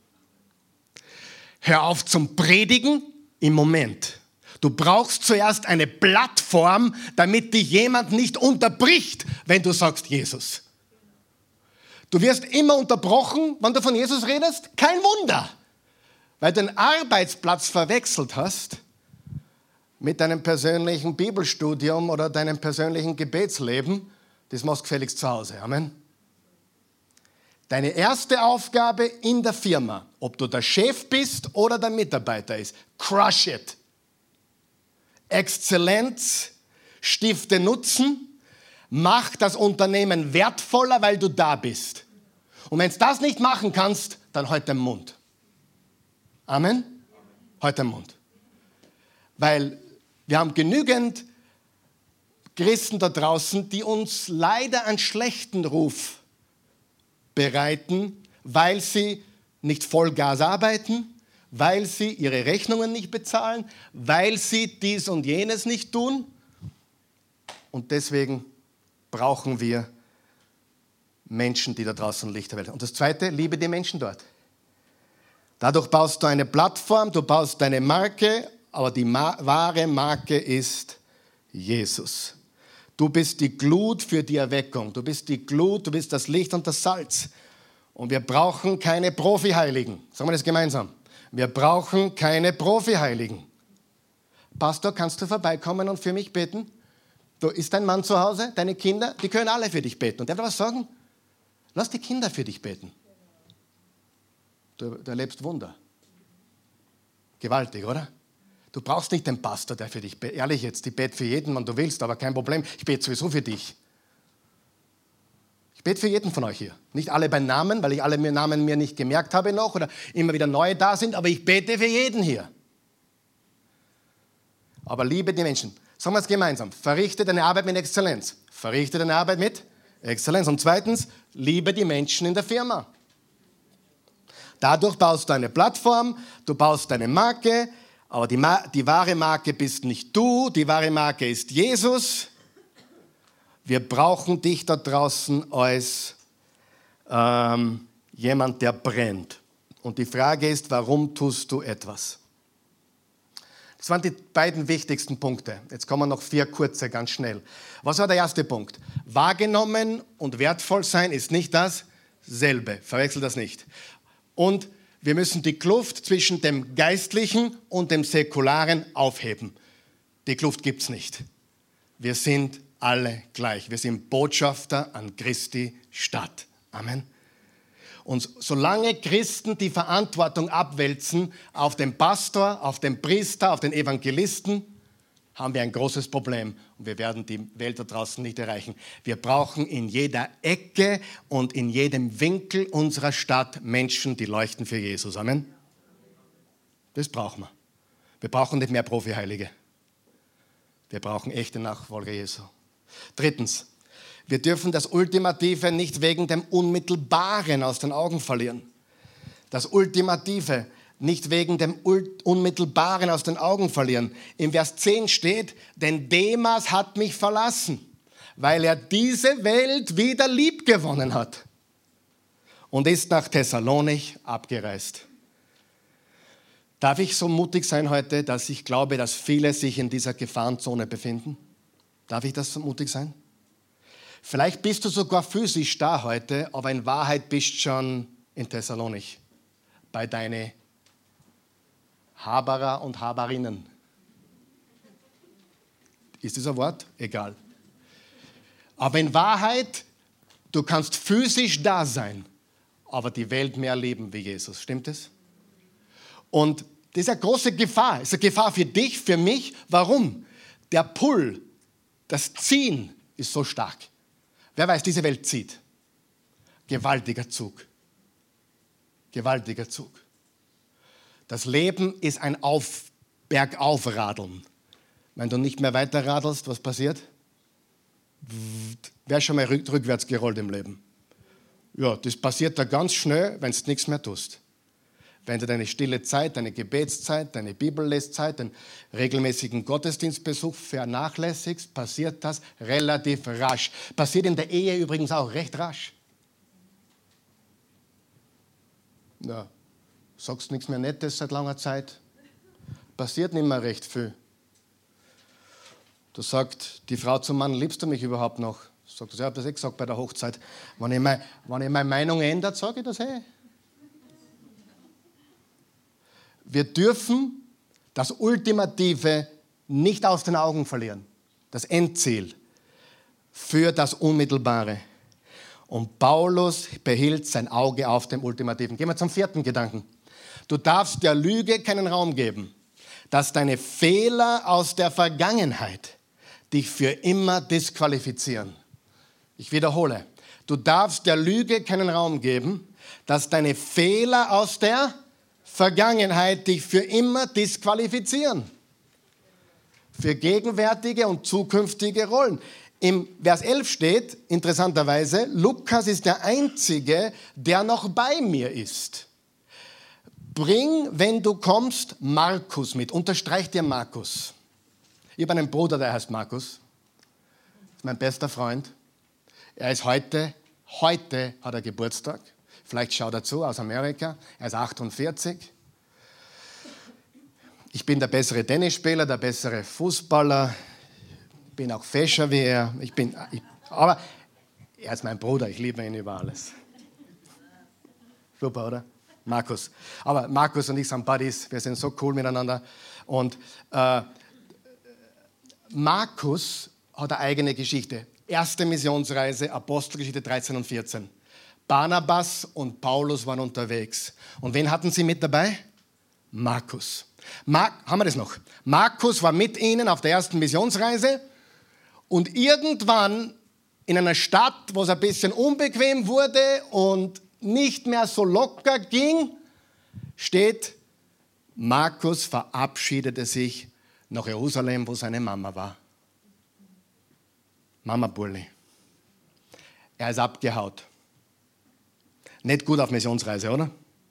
Hör auf zum Predigen im Moment. Du brauchst zuerst eine Plattform, damit dich jemand nicht unterbricht, wenn du sagst Jesus. Du wirst immer unterbrochen, wenn du von Jesus redest. Kein Wunder, weil du den Arbeitsplatz verwechselt hast mit deinem persönlichen Bibelstudium oder deinem persönlichen Gebetsleben. Das machst du gefälligst zu Hause. Amen. Deine erste Aufgabe in der Firma, ob du der Chef bist oder der Mitarbeiter ist, crush it. Exzellenz, stifte Nutzen, mach das Unternehmen wertvoller, weil du da bist. Und wenn du das nicht machen kannst, dann halt den Mund. Amen? Halt den Mund. Weil wir haben genügend Christen da draußen, die uns leider einen schlechten Ruf bereiten, weil sie nicht Vollgas arbeiten, weil sie ihre Rechnungen nicht bezahlen, weil sie dies und jenes nicht tun. Und deswegen brauchen wir Menschen, die da draußen Licht der Welt sind. Und das Zweite, liebe die Menschen dort. Dadurch baust du eine Plattform, du baust deine Marke, aber die wahre Marke ist Jesus. Du bist die Glut für die Erweckung. Du bist die Glut, du bist das Licht und das Salz. Und wir brauchen keine Profi-Heiligen. Sagen wir das gemeinsam. Wir brauchen keine Profi-Heiligen. Pastor, kannst du vorbeikommen und für mich beten? Ist dein Mann zu Hause? Deine Kinder? Die können alle für dich beten. Und darf ich was sagen? Lass die Kinder für dich beten. Du erlebst Wunder. Gewaltig, oder? Du brauchst nicht den Pastor, der für dich betet. Ehrlich jetzt, ich bete für jeden, wenn du willst, aber kein Problem. Ich bete sowieso für dich. Ich bete für jeden von euch hier. Nicht alle bei Namen, weil ich alle Namen mir nicht gemerkt habe noch oder immer wieder neue da sind, aber ich bete für jeden hier. Aber liebe die Menschen. Sagen wir es gemeinsam. Verrichte deine Arbeit mit Exzellenz. Verrichte deine Arbeit mit Exzellenz. Und zweitens, liebe die Menschen in der Firma. Dadurch baust du eine Plattform, du baust deine Marke, aber die wahre Marke bist nicht du, die wahre Marke ist Jesus. Wir brauchen dich da draußen als jemand, der brennt. Und die Frage ist, warum tust du etwas? Das waren die beiden wichtigsten Punkte. Jetzt kommen noch 4 kurze, ganz schnell. Was war der erste Punkt? Wahrgenommen und wertvoll sein ist nicht dasselbe. Verwechsel das nicht. Und wir müssen die Kluft zwischen dem Geistlichen und dem Säkularen aufheben. Die Kluft gibt es nicht. Wir sind alle gleich. Wir sind Botschafter an Christi Stadt. Amen. Und solange Christen die Verantwortung abwälzen auf den Pastor, auf den Priester, auf den Evangelisten, haben wir ein großes Problem und wir werden die Welt da draußen nicht erreichen. Wir brauchen in jeder Ecke und in jedem Winkel unserer Stadt Menschen, die leuchten für Jesus. Amen. Das brauchen wir. Wir brauchen nicht mehr Profi-Heilige. Wir brauchen echte Nachfolger Jesu. Drittens, wir dürfen das Ultimative nicht wegen dem Unmittelbaren aus den Augen verlieren. Das Ultimative nicht wegen dem Unmittelbaren aus den Augen verlieren. Im Vers 10 steht, denn Demas hat mich verlassen, weil er diese Welt wieder liebgewonnen hat und ist nach Thessalonich abgereist. Darf ich so mutig sein heute, dass ich glaube, dass viele sich in dieser Gefahrenzone befinden? Darf ich das so mutig sein? Vielleicht bist du sogar physisch da heute, aber in Wahrheit bist du schon in Thessalonich bei deinen Haberer und Haberinnen. Ist das ein Wort? Egal. Aber in Wahrheit, du kannst physisch da sein, aber die Welt mehr lieben wie Jesus. Stimmt es? Und Das ist eine große Gefahr. Das ist eine Gefahr für dich, für mich. Warum? Der Pull, das Ziehen ist so stark. Wer weiß, diese Welt zieht. Gewaltiger Zug. Gewaltiger Zug. Das Leben ist ein Bergaufradeln. Wenn du nicht mehr weiter radelst, was passiert? Wer ist schon mal rückwärts gerollt im Leben? Ja, das passiert da ganz schnell, wenn du nichts mehr tust. Wenn du deine stille Zeit, deine Gebetszeit, deine Bibelleszeit, den regelmäßigen Gottesdienstbesuch vernachlässigst, passiert das relativ rasch. Passiert in der Ehe übrigens auch recht rasch. Ja, sagst nichts mehr Nettes seit langer Zeit. Passiert nicht mehr recht viel. Da sagt die Frau zum Mann, liebst du mich überhaupt noch? Sagt er, ich habe das gesagt bei der Hochzeit. Wenn ich meine Meinung ändert, sage ich das, hey. Wir dürfen das Ultimative nicht aus den Augen verlieren. Das Endziel für das Unmittelbare. Und Paulus behielt sein Auge auf dem Ultimativen. Gehen wir zum vierten Gedanken. Du darfst der Lüge keinen Raum geben, dass deine Fehler aus der Vergangenheit dich für immer disqualifizieren. Ich wiederhole. Du darfst der Lüge keinen Raum geben, dass deine Fehler aus der Vergangenheit dich für immer disqualifizieren. Für gegenwärtige und zukünftige Rollen. Im Vers 11 steht, interessanterweise, Lukas ist der Einzige, der noch bei mir ist. Bring, wenn du kommst, Markus mit. Unterstreich dir Markus. Ich habe einen Bruder, der heißt Markus. Das ist mein bester Freund. Er ist heute hat er Geburtstag. Vielleicht schaut er zu aus Amerika. Er ist 48. Ich bin der bessere Tennisspieler, der bessere Fußballer. Ich bin auch fescher wie er. Aber er ist mein Bruder, ich liebe ihn über alles. Super, oder? Markus. Aber Markus und ich sind Buddies, wir sind so cool miteinander. Und Markus hat eine eigene Geschichte. Erste Missionsreise, Apostelgeschichte 13 und 14. Barnabas und Paulus waren unterwegs. Und wen hatten sie mit dabei? Markus. Haben wir das noch? Markus war mit ihnen auf der ersten Missionsreise. Und irgendwann in einer Stadt, wo es ein bisschen unbequem wurde und nicht mehr so locker ging, steht, Markus verabschiedete sich nach Jerusalem, wo seine Mama war. Mama Burli. Er ist abgehaut. Nicht gut auf Missionsreise, oder?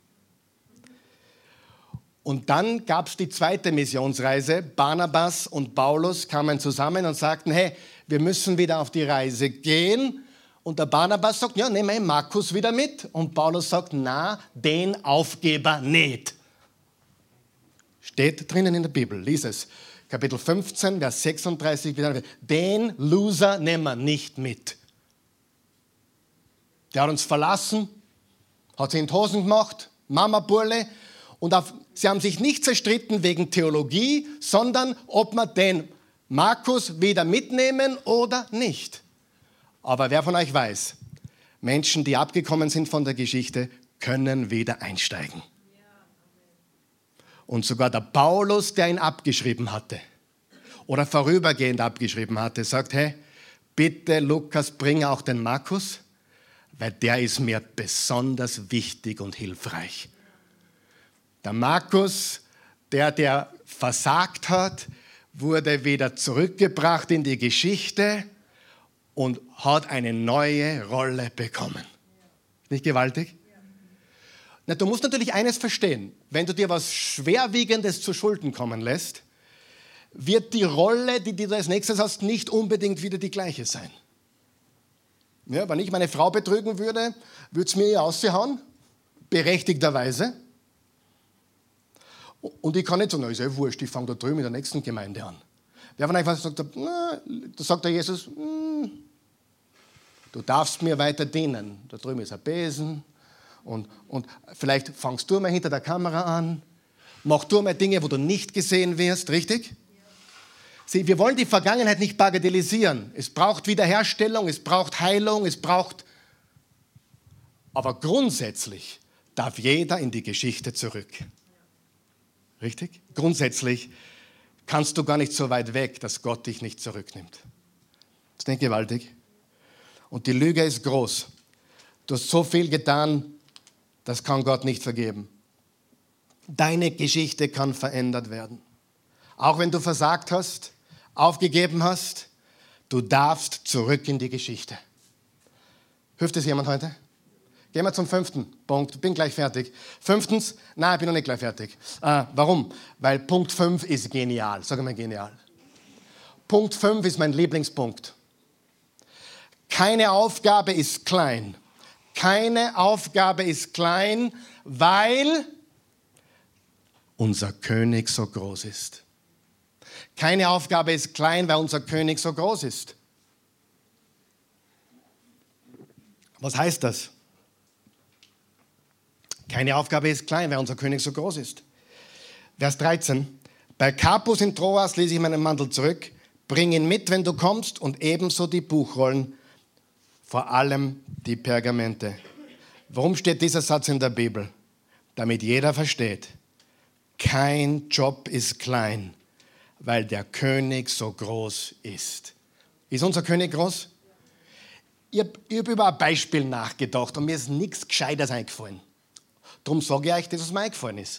Und dann gab es die zweite Missionsreise. Barnabas und Paulus kamen zusammen und sagten, hey, wir müssen wieder auf die Reise gehen. Und der Barnabas sagt, ja, nehmen wir Markus wieder mit. Und Paulus sagt, na, den Aufgeber nicht. Steht drinnen in der Bibel, lies es. Kapitel 15, Vers 36. Den Loser nehmen wir nicht mit. Der hat uns verlassen, hat sich in die Hosen gemacht, Mama Burle. Und sie haben sich nicht zerstritten wegen Theologie, sondern ob wir den Markus wieder mitnehmen oder nicht. Aber wer von euch weiß, Menschen, die abgekommen sind von der Geschichte, können wieder einsteigen. Und sogar der Paulus, der ihn abgeschrieben hatte oder vorübergehend abgeschrieben hatte, sagt, hey, bitte Lukas, bring auch den Markus, weil der ist mir besonders wichtig und hilfreich. Der Markus, der versagt hat, wurde wieder zurückgebracht in die Geschichte und hat eine neue Rolle bekommen. Nicht gewaltig? Na, du musst natürlich eines verstehen. Wenn du dir was Schwerwiegendes zu Schulden kommen lässt, wird die Rolle, die du als nächstes hast, nicht unbedingt wieder die gleiche sein. Ja, wenn ich meine Frau betrügen würde, würde es mir ja aushauen, berechtigterweise. Und ich kann nicht sagen, na, ist ja wurscht, ich fange da drüben in der nächsten Gemeinde an. Wer von euch sagt, na, da sagt der Jesus, du darfst mir weiter dienen. Da drüben ist ein Besen und vielleicht fangst du mal hinter der Kamera an, mach du mal Dinge, wo du nicht gesehen wirst, richtig? Ja. Sieh, wir wollen die Vergangenheit nicht bagatellisieren. Es braucht Wiederherstellung, es braucht Heilung, aber grundsätzlich darf jeder in die Geschichte zurück. Richtig? Grundsätzlich kannst du gar nicht so weit weg, dass Gott dich nicht zurücknimmt. Das ist nicht gewaltig. Und die Lüge ist groß. Du hast so viel getan, das kann Gott nicht vergeben. Deine Geschichte kann verändert werden. Auch wenn du versagt hast, aufgegeben hast, du darfst zurück in die Geschichte. Hilft es jemand heute? Gehen wir zum 5. Punkt. Ich bin gleich fertig. 5. Nein, ich bin noch nicht gleich fertig. Warum? Weil Punkt 5 ist genial. Sag mal genial. Punkt 5 ist mein Lieblingspunkt. Keine Aufgabe ist klein. Keine Aufgabe ist klein, weil unser König so groß ist. Keine Aufgabe ist klein, weil unser König so groß ist. Was heißt das? Keine Aufgabe ist klein, weil unser König so groß ist. Vers 13. Bei Carpus in Troas lese ich meinen Mantel zurück. Bring ihn mit, wenn du kommst, und ebenso die Buchrollen, vor allem die Pergamente. Warum steht dieser Satz in der Bibel? Damit jeder versteht, kein Job ist klein, weil der König so groß ist. Ist unser König groß? Ich habe über ein Beispiel nachgedacht und mir ist nichts Gescheites eingefallen. Darum sage ich euch, dass es mir eingefallen ist.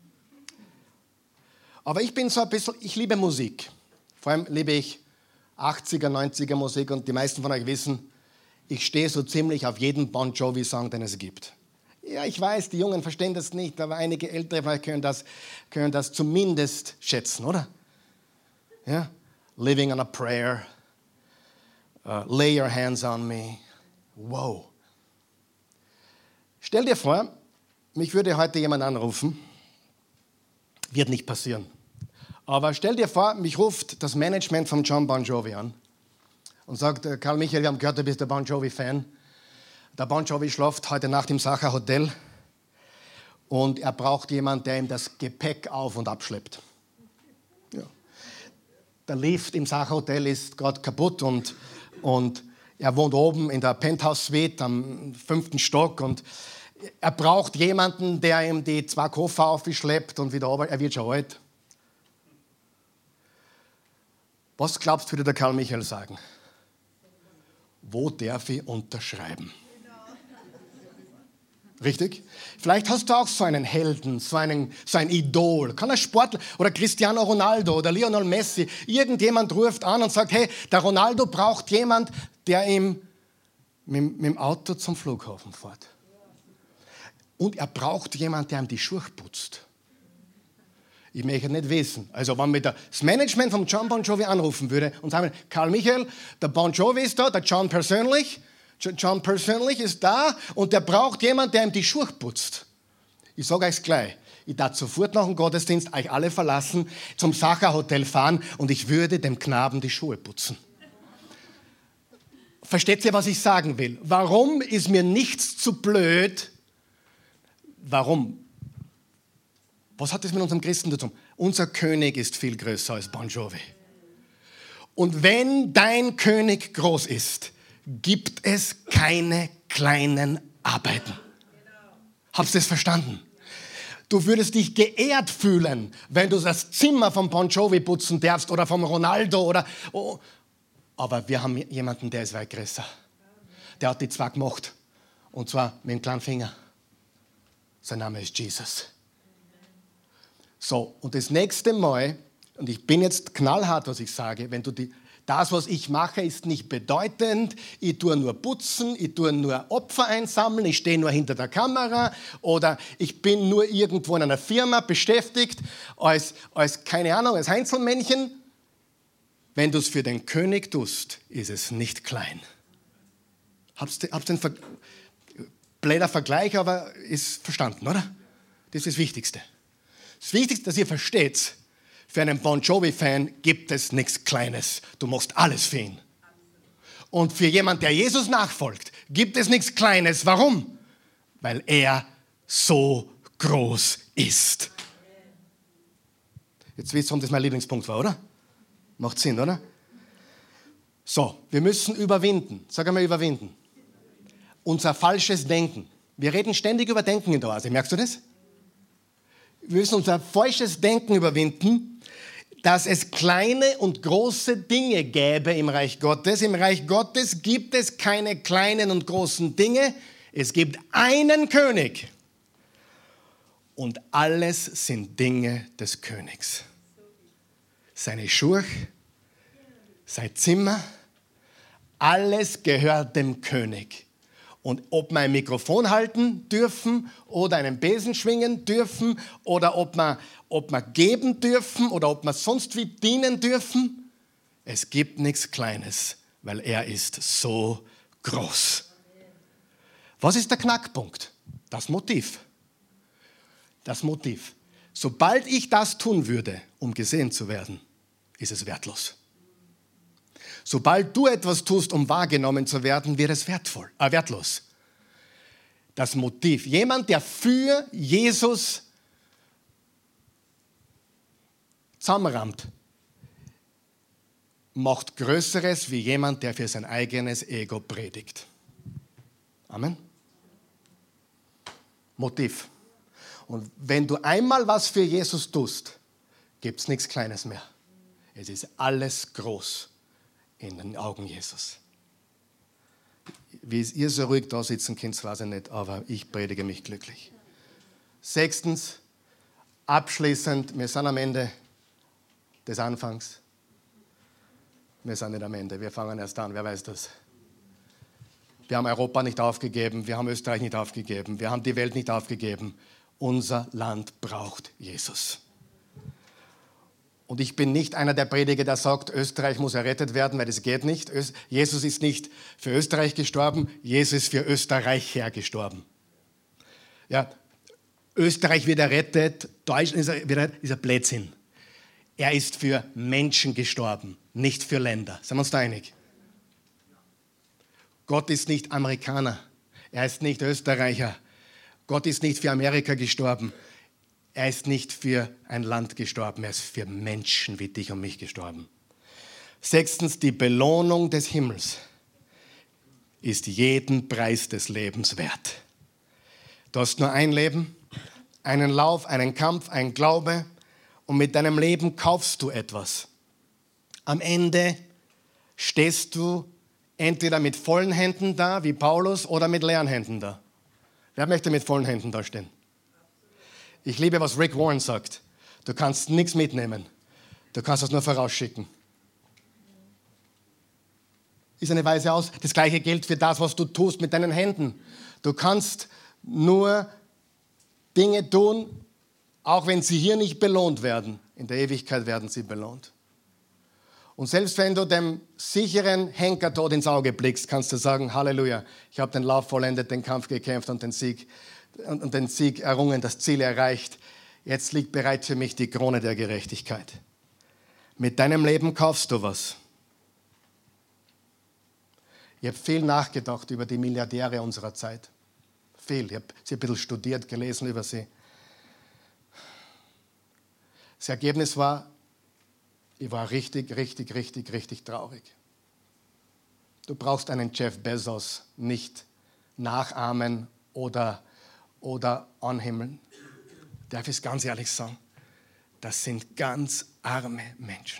Aber ich bin so ein bisschen, ich liebe Musik. Vor allem liebe ich 80er, 90er Musik und die meisten von euch wissen, ich stehe so ziemlich auf jeden Bon Jovi-Song, den es gibt. Ja, ich weiß, die Jungen verstehen das nicht, aber einige Ältere können das zumindest schätzen, oder? Ja? Living on a Prayer, Lay Your Hands on Me. Wow. Stell dir vor, mich würde heute jemand anrufen. Wird nicht passieren. Aber stell dir vor, mich ruft das Management von John Bon Jovi an und sagt, Karl Michael, wir haben gehört, du bist der Bon Jovi-Fan. Der Bon Jovi schläft heute Nacht im Sacher Hotel und er braucht jemanden, der ihm das Gepäck auf- und abschleppt. Ja. Der Lift im Sacher Hotel ist gerade kaputt und er wohnt oben in der Penthouse-Suite am 5. Stock und er braucht jemanden, der ihm die 2 Koffer aufschleppt und wieder runter. Er wird schon alt. Was glaubst du, würde der Karl Michael sagen? Wo darf ich unterschreiben? Richtig? Vielleicht hast du auch so einen Helden, so ein Idol. Kann ein Sportler oder Cristiano Ronaldo oder Lionel Messi. Irgendjemand ruft an und sagt, hey, der Ronaldo braucht jemand, der ihm mit dem Auto zum Flughafen fährt. Und er braucht jemanden, der ihm die Schuhe putzt. Ich möchte nicht wissen. Also wenn mir das Management von John Bon Jovi anrufen würde und sagen, Karl Michael, der Bon Jovi ist da, der John persönlich ist da und der braucht jemanden, der ihm die Schuhe putzt. Ich sage euch gleich, ich darf sofort nach dem Gottesdienst euch alle verlassen, zum Sacher Hotel fahren und ich würde dem Knaben die Schuhe putzen. Versteht ihr, was ich sagen will? Warum ist mir nichts zu blöd? Warum? Was hat das mit unserem Christentum zu tun? Unser König ist viel größer als Bon Jovi. Und wenn dein König groß ist, gibt es keine kleinen Arbeiten. Habt ihr das verstanden? Du würdest dich geehrt fühlen, wenn du das Zimmer von Bon Jovi putzen darfst oder vom Ronaldo oder... Oh. Aber wir haben jemanden, der ist weit größer. Der hat die 2 gemacht. Und zwar mit dem kleinen Finger. Sein Name ist Jesus. So, und das nächste Mal, und ich bin jetzt knallhart, was ich sage, wenn du das, was ich mache, ist nicht bedeutend, ich tue nur putzen, ich tue nur Opfer einsammeln, ich stehe nur hinter der Kamera oder ich bin nur irgendwo in einer Firma beschäftigt als keine Ahnung, als Einzelmännchen. Wenn du es für den König tust, ist es nicht klein. Hab's den blöder Vergleich, aber ist verstanden, oder? Das ist das Wichtigste. Das Wichtigste, dass ihr versteht, für einen Bon Jovi-Fan gibt es nichts Kleines. Du machst alles für ihn. Und für jemanden, der Jesus nachfolgt, gibt es nichts Kleines. Warum? Weil er so groß ist. Jetzt wisst ihr, warum das mein Lieblingspunkt war, oder? Macht Sinn, oder? So, wir müssen überwinden. Sag einmal überwinden. Unser falsches Denken. Wir reden ständig über Denken in der Oase. Merkst du das? wir müssen unser falsches Denken überwinden, dass es kleine und große Dinge gäbe im Reich Gottes. Im Reich Gottes gibt es keine kleinen und großen Dinge. Es gibt einen König. Und alles sind Dinge des Königs. Seine Schuhe, sein Zimmer, alles gehört dem König. Und ob wir ein Mikrofon halten dürfen oder einen Besen schwingen dürfen oder ob wir geben dürfen oder ob wir sonst wie dienen dürfen, es gibt nichts Kleines, weil er ist so groß. Was ist der Knackpunkt? Das Motiv. Das Motiv. Sobald ich das tun würde, um gesehen zu werden, ist es wertlos. Sobald du etwas tust, um wahrgenommen zu werden, wird es wertlos. Das Motiv. Jemand, der für Jesus zusammenrammt, macht Größeres wie jemand, der für sein eigenes Ego predigt. Amen. Motiv. Und wenn du einmal was für Jesus tust, gibt es nichts Kleines mehr. Es ist alles groß in den Augen Jesus. Wie ihr so ruhig da sitzen könnt, weiß ich nicht, aber ich predige mich glücklich. 6. Abschließend, wir sind am Ende des Anfangs. Wir sind nicht am Ende, wir fangen erst an, wer weiß das. Wir haben Europa nicht aufgegeben, wir haben Österreich nicht aufgegeben, wir haben die Welt nicht aufgegeben. Unser Land braucht Jesus. Und ich bin nicht einer der Prediger, der sagt, Österreich muss errettet werden, weil das geht nicht. Jesus ist nicht für Österreich gestorben, Jesus ist für Österreich gestorben. Ja, Österreich wird errettet, Deutschland ist ein Blödsinn. Er ist für Menschen gestorben, nicht für Länder. Sind wir uns da einig? Gott ist nicht Amerikaner, er ist nicht Österreicher. Gott ist nicht für Amerika gestorben. Er ist nicht für ein Land gestorben. Er ist für Menschen wie dich und mich gestorben. 6. Die Belohnung des Himmels ist jeden Preis des Lebens wert. Du hast nur ein Leben, einen Lauf, einen Kampf, einen Glaube und mit deinem Leben kaufst du etwas. Am Ende stehst du entweder mit vollen Händen da, wie Paulus, oder mit leeren Händen da. Wer möchte mit vollen Händen da stehen? Ich liebe, was Rick Warren sagt. Du kannst nichts mitnehmen. Du kannst das nur vorausschicken. Ist eine weise Aus. Das Gleiche gilt für das, was du tust mit deinen Händen. Du kannst nur Dinge tun, auch wenn sie hier nicht belohnt werden. In der Ewigkeit werden sie belohnt. Und selbst wenn du dem sicheren Henkertod ins Auge blickst, kannst du sagen, Halleluja, ich habe den Lauf vollendet, den Kampf gekämpft und den Sieg errungen, das Ziel erreicht. Jetzt liegt bereit für mich die Krone der Gerechtigkeit. Mit deinem Leben kaufst du was. Ich habe viel nachgedacht über die Milliardäre unserer Zeit. Viel. Ich habe sie ein bisschen studiert, gelesen über sie. Das Ergebnis war, ich war richtig traurig. Du brauchst einen Jeff Bezos nicht nachahmen oder anhimmeln. Darf ich es ganz ehrlich sagen? Das sind ganz arme Menschen.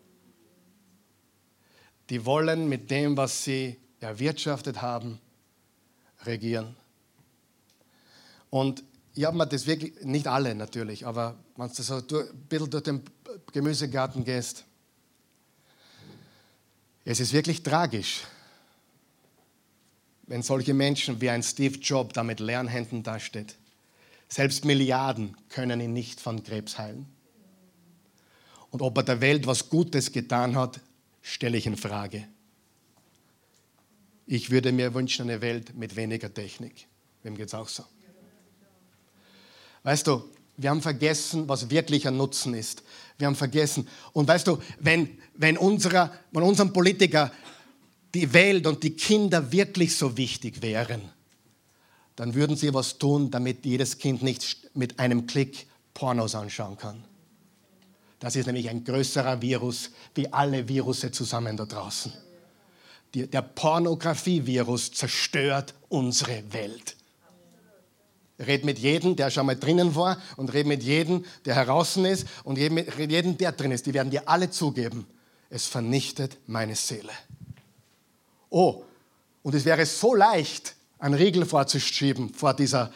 Die wollen mit dem, was sie erwirtschaftet haben, regieren. Und ich habe mir das wirklich, nicht alle natürlich, aber wenn du so ein bisschen durch den Gemüsegarten gehst, es ist wirklich tragisch, wenn solche Menschen wie ein Steve Jobs da mit leeren Händen dasteht. Selbst Milliarden können ihn nicht von Krebs heilen. Und ob er der Welt was Gutes getan hat, stelle ich in Frage. Ich würde mir wünschen, eine Welt mit weniger Technik. Wem geht es auch so? Weißt du, wir haben vergessen, was wirklicher Nutzen ist. Wir haben vergessen. Und weißt du, wenn unseren Politiker die Welt und die Kinder wirklich so wichtig wären, dann würden sie was tun, damit jedes Kind nicht mit einem Klick Pornos anschauen kann. Das ist nämlich ein größerer Virus wie alle Virusse zusammen da draußen. Der Pornografie-Virus zerstört unsere Welt. Red mit jedem, der schon mal drinnen war und red mit jedem, der heraus ist und red mit jedem, der drin ist. Die werden dir alle zugeben, es vernichtet meine Seele. Oh, und es wäre so leicht, einen Riegel vorzuschieben vor dieser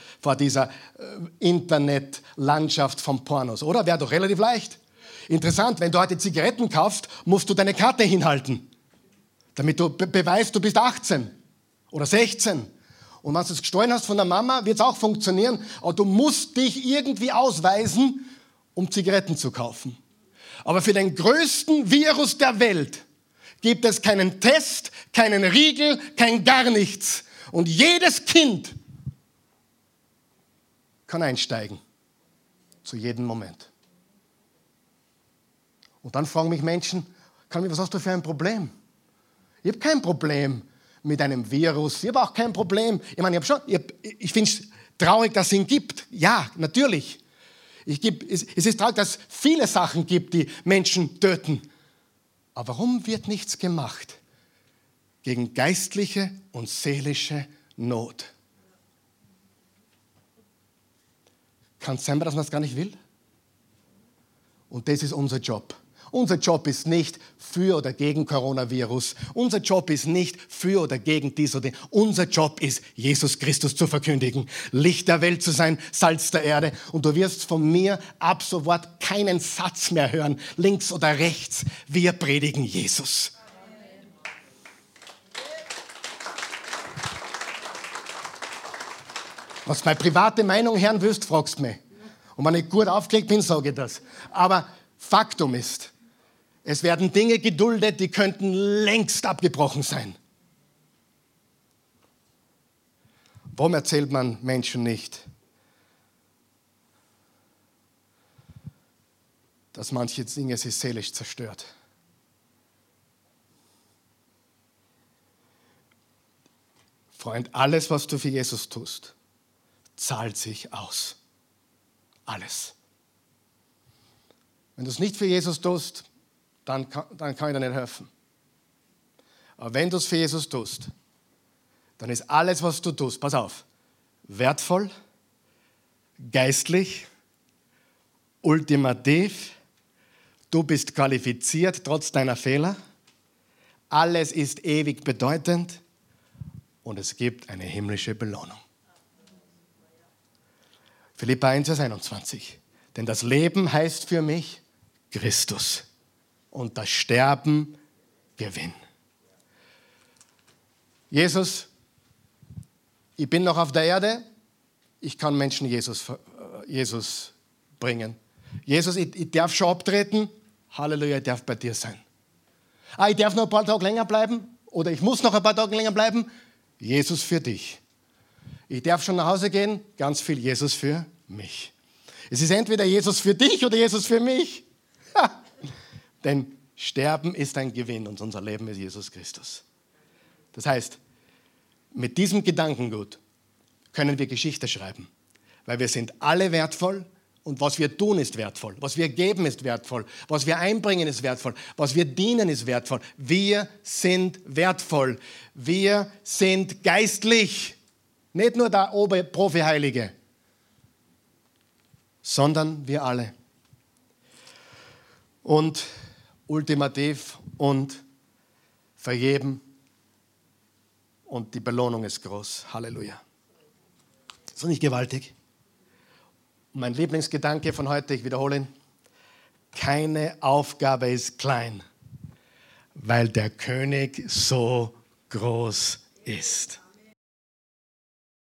Internetlandschaft von Pornos, oder? Wäre doch relativ leicht. Interessant, wenn du heute Zigaretten kaufst, musst du deine Karte hinhalten, damit du beweist, du bist 18 oder 16. Und wenn du es gestohlen hast von der Mama, wird es auch funktionieren, aber du musst dich irgendwie ausweisen, um Zigaretten zu kaufen. Aber für den größten Virus der Welt gibt es keinen Test, keinen Riegel, kein gar nichts. Und jedes Kind kann einsteigen, zu jedem Moment. Und dann fragen mich Menschen, was hast du für ein Problem? Ich habe kein Problem mit einem Virus. Ich habe auch kein Problem. Ich meine, ich finde es traurig, dass es ihn gibt. Ja, natürlich. Es ist traurig, dass es viele Sachen gibt, die Menschen töten. Aber warum wird nichts gemacht gegen geistliche und seelische Not? Kann es sein, dass man es gar nicht will? Und das ist unser Job. Unser Job ist nicht für oder gegen Coronavirus. Unser Job ist nicht für oder gegen dies oder das. Unser Job ist, Jesus Christus zu verkündigen, Licht der Welt zu sein, Salz der Erde. Und du wirst von mir ab sofort keinen Satz mehr hören, links oder rechts. Wir predigen Jesus. Was meine private Meinung hören willst, fragst du mich. Und wenn ich gut aufgelegt bin, sage ich das. Aber Faktum ist, es werden Dinge geduldet, die könnten längst abgebrochen sein. Warum erzählt man Menschen nicht, dass manche Dinge sie seelisch zerstört? Freund, alles, was du für Jesus tust, zahlt sich aus. Alles. Wenn du es nicht für Jesus tust, dann kann ich dir nicht helfen. Aber wenn du es für Jesus tust, dann ist alles, was du tust, pass auf, wertvoll, geistlich, ultimativ, du bist qualifiziert trotz deiner Fehler, alles ist ewig bedeutend und es gibt eine himmlische Belohnung. Philipper 1, Vers 21. Denn das Leben heißt für mich Christus und das Sterben Gewinn. Jesus, ich bin noch auf der Erde, ich kann Menschen Jesus bringen. Jesus, ich darf schon abtreten, Halleluja, ich darf bei dir sein. Ich darf noch ein paar Tage länger bleiben oder ich muss noch ein paar Tage länger bleiben, Jesus für dich. Ich darf schon nach Hause gehen, ganz viel Jesus für mich. Es ist entweder Jesus für dich oder Jesus für mich. Denn Sterben ist ein Gewinn und unser Leben ist Jesus Christus. Das heißt, mit diesem Gedankengut können wir Geschichte schreiben, weil wir sind alle wertvoll und was wir tun ist wertvoll, was wir geben ist wertvoll, was wir einbringen ist wertvoll, was wir dienen ist wertvoll. Wir sind wertvoll, wir sind geistlich, nicht nur der Profi-Heilige, sondern wir alle. Und ultimativ und vergeben und die Belohnung ist groß. Halleluja. Ist das nicht gewaltig? Und mein Lieblingsgedanke von heute, ich wiederhole ihn, keine Aufgabe ist klein, weil der König so groß ist.